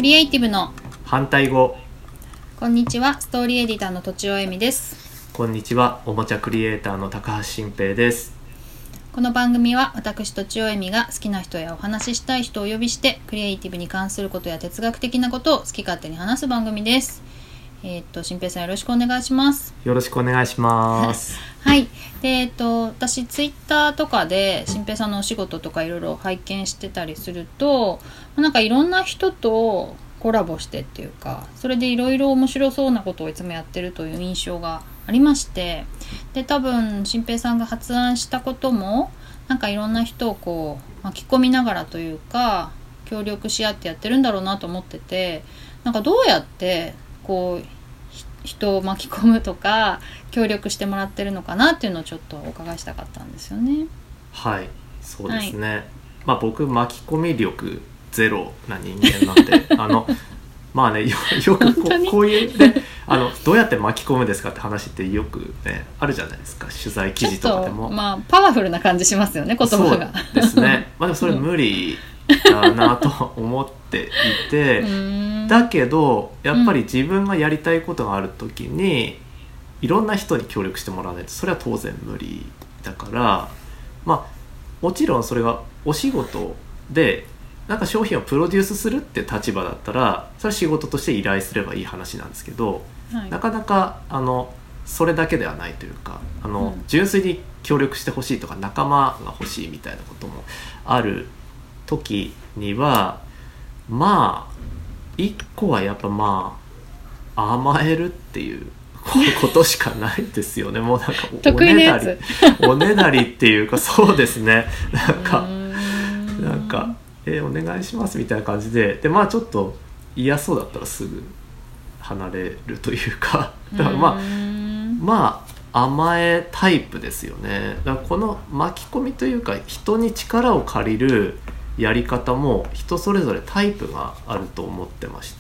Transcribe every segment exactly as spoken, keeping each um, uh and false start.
リエイティブの反対語。 こんにちは、ストーリーエディターのとちおえみです。 こんにちは、おもちゃクリエイターの高橋新平です。 この番組は私とちおえみが好きな人やお話ししたい人をお呼びしてクリエイティブに関することや哲学的なことを好き勝手に話す番組です。えー、っと新平さん、よろしくお願いします。 よろしくお願いしますはい。で、えー、っと私ツイッターとかで新平さんのお仕事とかいろいろ拝見してたりすると、なんかいろんな人とコラボしてっていうか、それでいろいろ面白そうなことをいつもやってるという印象がありまして、で多分新平さんが発案したこともなんかいろんな人をこう巻き込みながらというか協力し合ってやってるんだろうなと思ってて、なんかどうやってこう人を巻き込むとか協力してもらってるのかなっていうのをちょっとお伺いしたかったんですよね。 はい、そうですね、 はい、 まあ僕巻き込み力ゼロな人間なんであのまあね よ, よく こ, こういうねあのどうやって巻き込むですかって話ってよくねあるじゃないですか、取材記事とかでも。 ちょっとまあパワフルな感じしますよね、言葉が。 そうですね、まあでもそれ無理だなと思っていてだけどやっぱり自分がやりたいことがあるときに、うん、いろんな人に協力してもらわないとそれは当然無理だから、まあもちろんそれがお仕事でなんか商品をプロデュースするって立場だったらそれは仕事として依頼すればいい話なんですけど、はい、なかなかあのそれだけではないというか、あの、うん、純粋に協力してほしいとか仲間が欲しいみたいなこともある時には、まあ一個はやっぱまあ甘えるっていうことしかないですよね。もうなんかおねだりおねだりっていうか、そうですね、なんかなんかえー、お願いしますみたいな感じで、でまあちょっと嫌そうだったらすぐ離れるというか、だからまあまあ甘えタイプですよね。だからこの巻き込みというか人に力を借りるやり方も人それぞれタイプがあると思ってまして、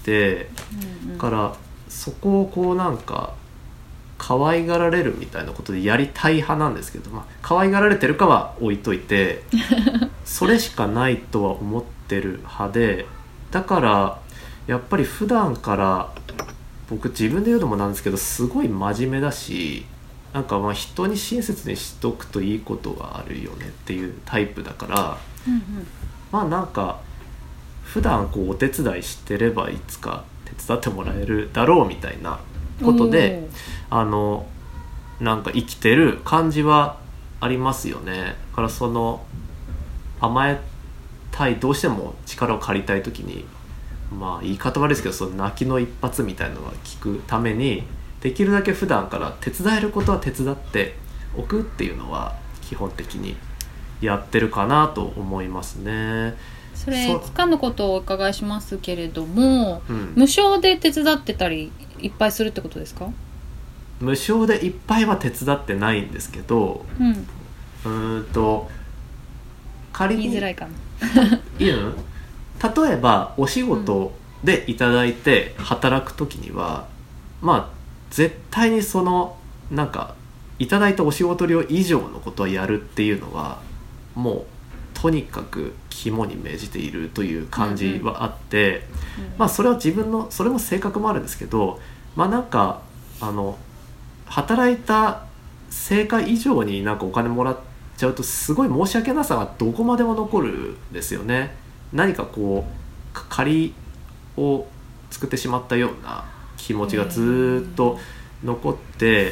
うんうん、だからそこをこうなんか可愛がられるみたいなことでやりたい派なんですけど、まあ、可愛がられてるかは置いといてそれしかないとは思ってる派で、だからやっぱり普段から僕自分で言うのもなんですけどすごい真面目だし、なんかまあ人に親切にしとくといいことがあるよねっていうタイプだから、うんうん、まあなんか普段こうお手伝いしてればいつか手伝ってもらえるだろうみたいなことで、あのなんか生きてる感じはありますよね。だからその甘えたい、どうしても力を借りたい時に、まあ言い方悪いですけどその泣きの一発みたいなのが聞くためにできるだけ普段から手伝えることは手伝っておくっていうのは基本的にやってるかなと思いますね。 それつかぬことをお伺いしますけれども、うん、無償で手伝ってたりいっぱいするってことですか？ 無償でいっぱいは手伝ってないんですけど、うん、うーんと仮に言いづらいかないいの？例えばお仕事でいただいて働くときには、うん、まあ絶対にそのなんかいただいたお仕事量以上のことをやるっていうのはもうとにかく肝に銘じているという感じはあって、うんうん、まあそれは自分のそれも性格もあるんですけど、まあなんかあの働いた成果以上になんかお金もらっちゃうとすごい申し訳なさがどこまでも残るんですよね。何かこう借りを作ってしまったような気持ちがずっと残って、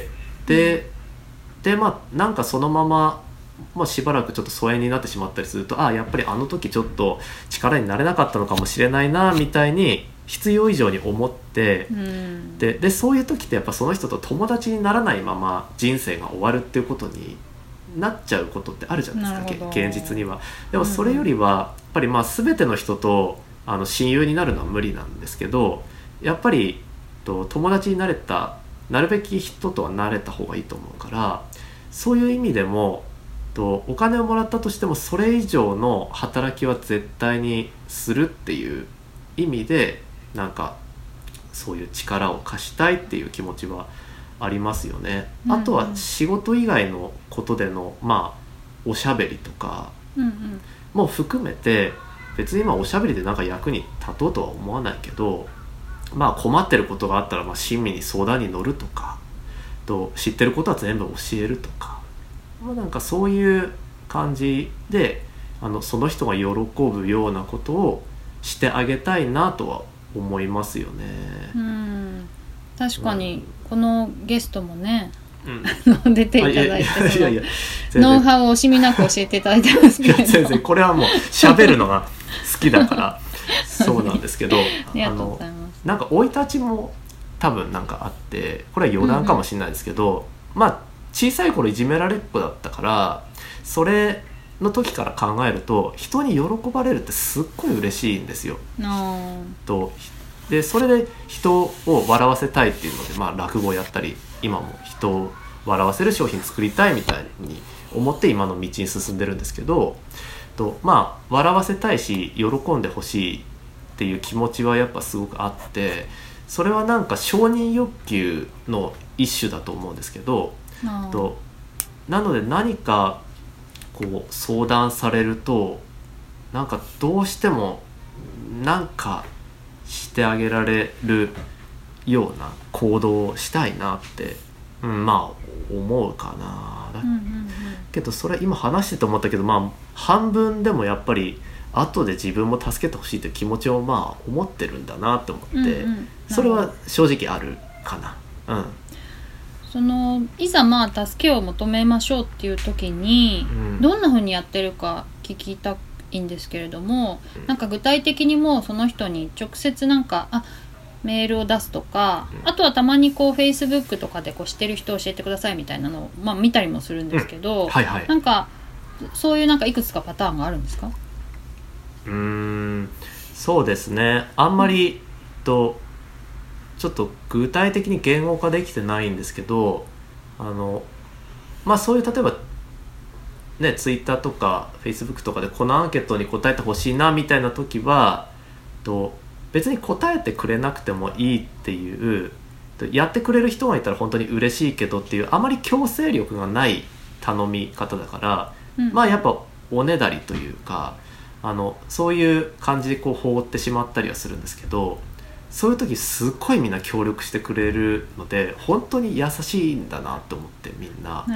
で、でまあなんかそのまま、まあ、しばらくちょっと疎遠になってしまったりすると、ああやっぱりあの時ちょっと力になれなかったのかもしれないなみたいに必要以上に思って、で、でそういう時ってやっぱその人と友達にならないまま人生が終わるっていうことになっちゃうことってあるじゃないですか、現実には。でもそれよりはやっぱりまあ全ての人とあの親友になるのは無理なんですけど、やっぱりと友達になれたなるべき人とはなれた方がいいと思うから、そういう意味でもとお金をもらったとしてもそれ以上の働きは絶対にするっていう意味でなんかそういう力を貸したいっていう気持ちはありますよね。うんうん、あとは仕事以外のことでのまあおしゃべりとかも含めて、 別に今おしゃべりでなんか役に立とうとは思わないけど、まあ困ってることがあったらまあ親身に相談に乗るとかと、知ってることは全部教えるとか、まあ、なんかそういう感じであのその人が喜ぶようなことをしてあげたいなとは思いますよね。 うん、確かにこのゲストもね、 うん、 出ていただいていやいやノウハウを惜しみなく教えていただいてますけど、 全然これはもう喋るのが好きだからそうなんですけど、 ありがとうございます。 なんか生い立ちも多分なんかあって、これは余談かもしれないですけど、うんうん、まあ小さい頃いじめられっ子だったから、それの時から考えると人に喜ばれるってすっごい嬉しいんですよ。とでそれで人を笑わせたいっていうので、まあ、落語をやったり今も人を笑わせる商品作りたいみたいに思って今の道に進んでるんですけど、とまあ笑わせたいし喜んでほしいっていう気持ちはやっぱすごくあって、それはなんか承認欲求の一種だと思うんですけど、となので何かこう相談されるとなんかどうしてもなんかしてあげられるような行動をしたいなって、うん、まあ思うかな、うんうんうん、けどそれ今話してて思ったけど、まあ半分でもやっぱり後で自分も助けてほしいという気持ちをまあ思ってるんだなと思って、うんうん、それは正直あるかな。うん、 そのいざまあ助けを求めましょうっていう時に、うん、どんな風にやってるか聞きたいんですけれども、うん、なんか具体的にもうその人に直接なんかあメールを出すとか、うん、あとはたまにこう Facebook とかでこう知ってる人を教えてくださいみたいなのを、まあ、見たりもするんですけど、うんはいはい、なんかそういうなんかいくつかパターンがあるんですか？ うーんそうですね、あんまり、うん、とちょっと具体的に言語化できてないんですけど、あのまあそういう例えばね、ツイッターとかフェイスブックとかでこのアンケートに答えてほしいなみたいな時はと別に答えてくれなくてもいいっていう、やってくれる人がいたら本当に嬉しいけどっていうあまり強制力がない頼み方だから、うん、まあやっぱおねだりというかあのそういう感じでこう放ってしまったりはするんですけど、そういう時すっごいみんな協力してくれるので本当に優しいんだなと思って、みんな、はい、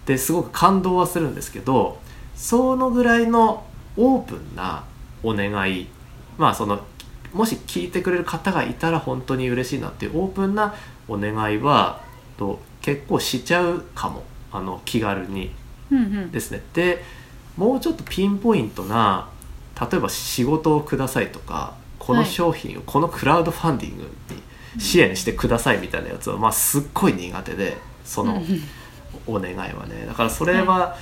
ですごく感動はするんですけど、そのぐらいのオープンなお願い、まあそのもし聞いてくれる方がいたら本当に嬉しいなっていうオープンなお願いはと結構しちゃうかも、あの気軽に、うんうん、ですね。でもうちょっとピンポイントな、例えば仕事をくださいとかこの商品を、はい、このクラウドファンディングに支援してくださいみたいなやつは、まあ、すっごい苦手で、そのお願いはね、だからそれは、はい、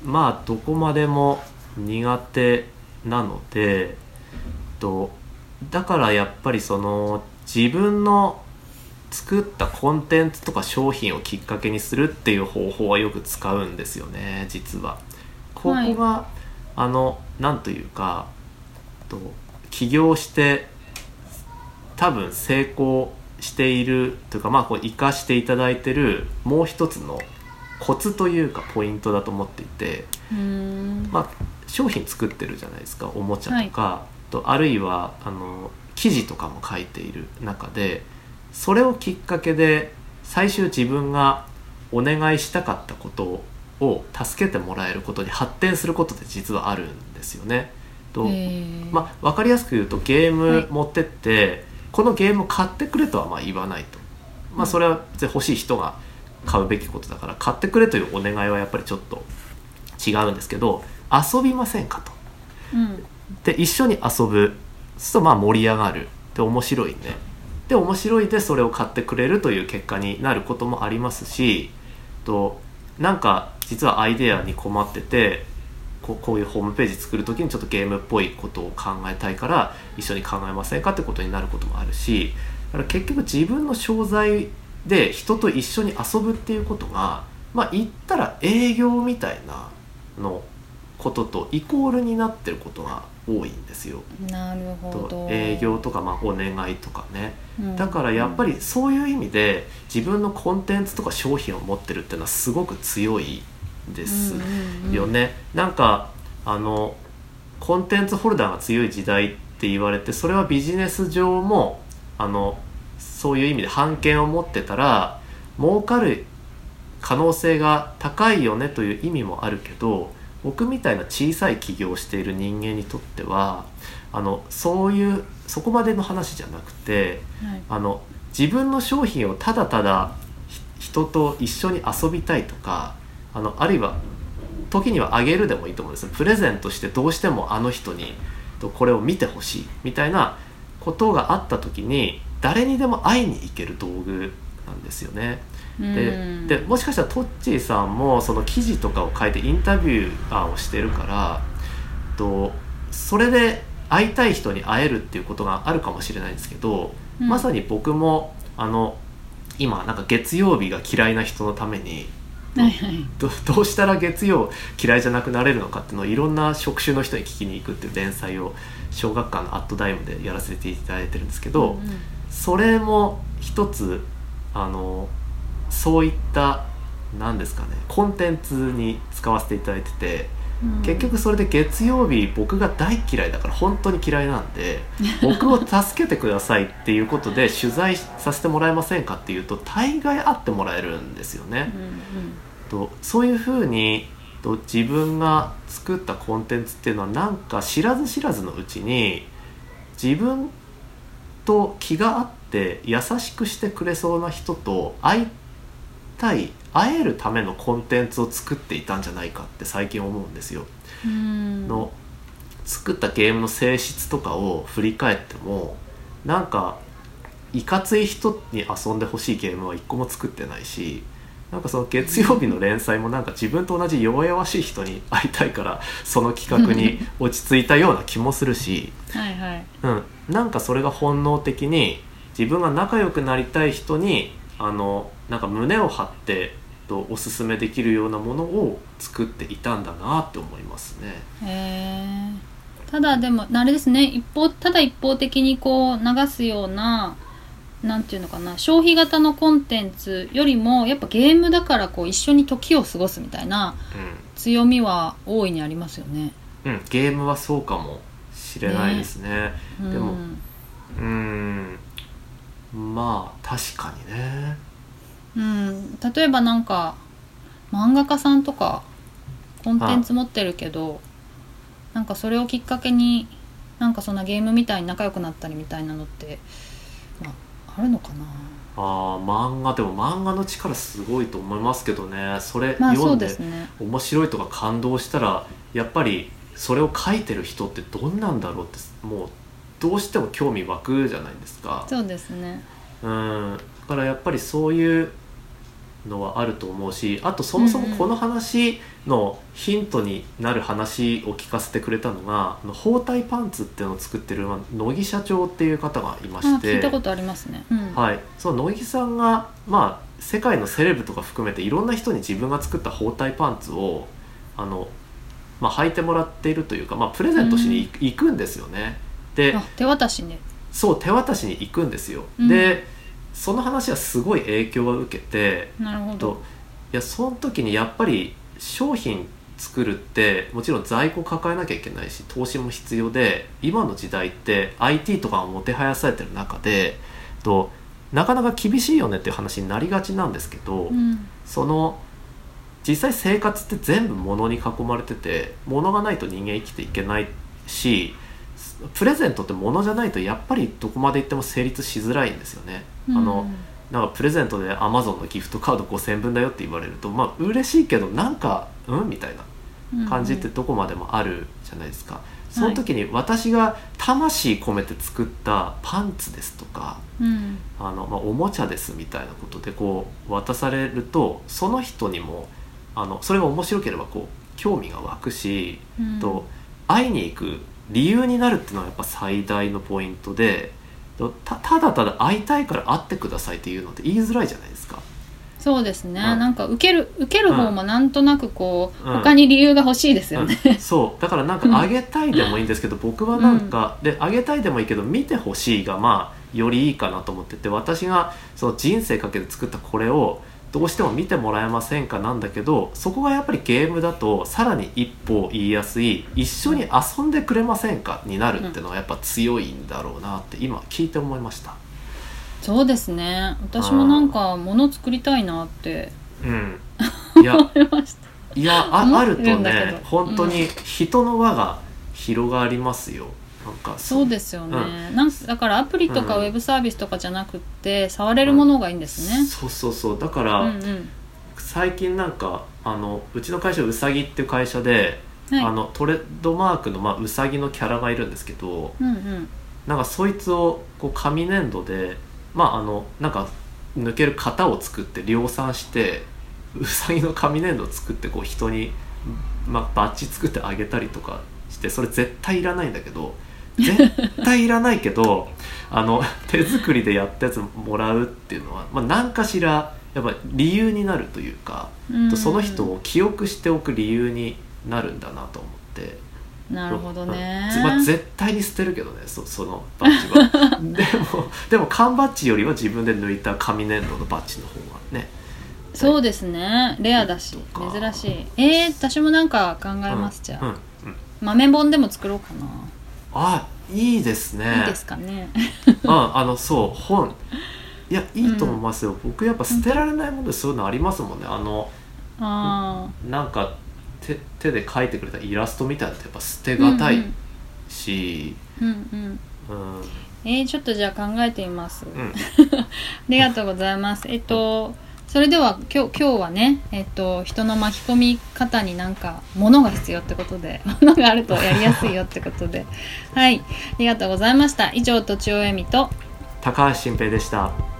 まあどこまでも苦手なのでと、だからやっぱりその自分の作ったコンテンツとか商品をきっかけにするっていう方法はよく使うんですよね、実は。ここが、はい、あのなんというかと起業して多分成功しているというか、まあこう生かしていただいているもう一つのコツというかポイントだと思っていて、うーん、まあ、商品作ってるじゃないですか、おもちゃとか、はい、とあるいはあの記事とかも書いている中で、それをきっかけで最終自分がお願いしたかったことを助けてもらえることに発展することって実はあるんですよね。とまあ、分かりやすく言うとゲーム持ってって、はい、このゲームを買ってくれとはまあ言わないと、まあ、それは欲しい人が買うべきことだから買ってくれというお願いはやっぱりちょっと違うんですけど、遊びませんかと、うん、で一緒に遊ぶ、そうするとまあ盛り上がるで面白いね、で面白いでそれを買ってくれるという結果になることもありますし、となんか実はアイデアに困っててこう、こういうホームページ作るときにちょっとゲームっぽいことを考えたいから一緒に考えませんかってことになることもあるし、だから結局自分の商材で人と一緒に遊ぶっていうことが、まあ言ったら営業みたいなのこととイコールになってることが多いんですよ。 なるほど。 営業とかまあお願いとかね、うん、だからやっぱりそういう意味で自分のコンテンツとか商品を持ってるっていうのはすごく強いですよね、うんうんうん、なんかあのコンテンツホルダーが強い時代って言われて、それはビジネス上もあのそういう意味で版権を持ってたら儲かる可能性が高いよねという意味もあるけど、僕みたいな小さい起業をしている人間にとってはあのそういうそこまでの話じゃなくて、はい、あの自分の商品をただただ人と一緒に遊びたいとか、あのあるいは時にはあげるでもいいと思うんです。プレゼントしてどうしてもあの人にこれを見てほしいみたいなことがあった時に誰にでも会いに行ける道具なんですよね。で, でもしかしたらトッチーさんもその記事とかを書いてインタビューをしてるからと、それで会いたい人に会えるっていうことがあるかもしれないんですけど、うん、まさに僕もあの今なんか月曜日が嫌いな人のためにはいはい、ど, どうしたら月曜嫌いじゃなくなれるのかっていうのをいろんな職種の人に聞きに行くっていう連載を小学館のアットダイムでやらせていただいてるんですけど、うんうん、それも一つあのそういった何ですかねコンテンツに使わせていただいてて、うん、結局それで月曜日僕が大嫌いだから本当に嫌いなんで僕を助けてくださいっていうことで取材させてもらえませんかっていうと大概会ってもらえるんですよね、うんうん、とそういうふうにと自分が作ったコンテンツっていうのはなんか知らず知らずのうちに自分と気が合って優しくしてくれそうな人と会い対会えるためのコンテンツを作っていたんじゃないかって最近思うんですよ。うんの作ったゲームの性質とかを振り返ってもなんかいかつい人に遊んでほしいゲームは一個も作ってないし、なんかその月曜日の連載もなんか自分と同じ弱々しい人に会いたいからその企画に落ち着いたような気もするしはい、はいうん、なんかそれが本能的に自分が仲良くなりたい人にあのなんか胸を張ってとおすすめできるようなものを作っていたんだなって思いますね。 へー。ただでもあれですね、一方ただ一方的にこう流すようななんていうのかな消費型のコンテンツよりもやっぱゲームだからこう一緒に時を過ごすみたいな強みは大いにありますよね。 うん、うん、ゲームはそうかもしれないですね。ねでもうーんまあ確かにね。 うん、例えばなんか漫画家さんとかコンテンツ持ってるけどなんかそれをきっかけになんかそんなゲームみたいに仲良くなったりみたいなのって、まあ、あるのかな。 あ漫画でも漫画の力すごいと思いますけどね。それ読んで面白いとか感動したらやっぱりそれを書いてる人ってどんなんだろうってもうどうしても興味湧くじゃないですか。 そうですね。 うんだからやっぱりそういうのはあると思うし、あとそもそもこの話のヒントになる話を聞かせてくれたのが、うん、包帯パンツっていうのを作ってる乃木社長っていう方がいまして、 聞いたことありますね、うんはい、その乃木さんが、まあ、世界のセレブとか含めていろんな人に自分が作った包帯パンツをあの、まあ、履いてもらっているというか、まあ、プレゼントしに行くんですよね、うん、であ手渡しね。 そう手渡しに行くんですよ、うん、でその話はすごい影響を受けて、 なるほど。 いやその時にやっぱり商品作るってもちろん在庫抱えなきゃいけないし投資も必要で、今の時代って アイティー とかがもてはやされてる中でとなかなか厳しいよねっていう話になりがちなんですけど、うん、その実際生活って全部物に囲まれてて、物がないと人間生きていけないし、プレゼントって物じゃないとやっぱりどこまで行っても成立しづらいんですよね、うん、あのなんかプレゼントで Amazon のギフトカードごせんぶんだよって言われると、まあ嬉しいけどなんかうんみたいな感じってどこまでもあるじゃないですか、うんうん、その時に私が魂込めて作ったパンツですとか、うん、あのまあ、おもちゃですみたいなことでこう渡されると、その人にもあのそれが面白ければこう興味が湧くし、うん、と会いに行く理由になるっていうのはやっぱ最大のポイントで、 た, ただただ会いたいから会ってくださいっていうのって言いづらいじゃないですか。 そうですね、うん、なんか受ける受ける方もなんとなくこう、うん、他に理由が欲しいですよね、 うん、そうだからなんかあげたいでもいいんですけど、うん、僕はなんか、であげたいでもいいけど見てほしいがまあよりいいかなと思ってて、私がその人生かけて作ったこれをどうしても見てもらえませんかなんだけど、そこがやっぱりゲームだとさらに一歩言いやすい、一緒に遊んでくれませんかになるっていうのはやっぱ強いんだろうなって今聞いて思いました。 そうですね、私もなんか物作りたいなってうんいや思いました。 いや あ, あるとねど本当に人の輪が広がりますよ。なんかそうですよね、うん、なんかだからアプリとかウェブサービスとかじゃなくって、うん、触れるものがいいんですね、 うん、そうそうそうだから、うんうん、最近なんかあのうちの会社うさぎっていう会社で、はい、あのトレードマークの、まあ、うさぎのキャラがいるんですけど、うんうん、なんかそいつをこう紙粘土でまああのなんか抜ける型を作って量産してうさぎの紙粘土を作ってこう人に、まあ、バッジ作ってあげたりとかして、それ絶対いらないんだけど絶対いらないけどあの手作りでやったやつもらうっていうのは、まあ、何かしらやっぱり理由になるというか、うん、その人を記憶しておく理由になるんだなと思って。 なるほどね、 まあ、絶対に捨てるけどね そ, そのバッジはでもでも缶バッジよりは自分で抜いた紙粘土のバッジの方がね。 そうですね、レアだし珍しい。えー、私もなんか考えます、うん、じゃあ、うんうん、豆本でも作ろうかな。 あ、いいですね。 いいですかねあ, あのそう本いやいいと思いますよ、うん、僕やっぱ捨てられないものでそういうのありますもんね。あのあなんか 手, 手で描いてくれたイラストみたいなのってやっぱ捨てがたいし、うんうんうんうん、 えー、ちょっとじゃあ考えてみます、うん、ありがとうございます。えっとそれでは今日、今日はね、えっと、人の巻き込み方になんか物が必要ってことで物があるとやりやすいよってことではい、ありがとうございました。以上、とちおえみと高橋新平でした。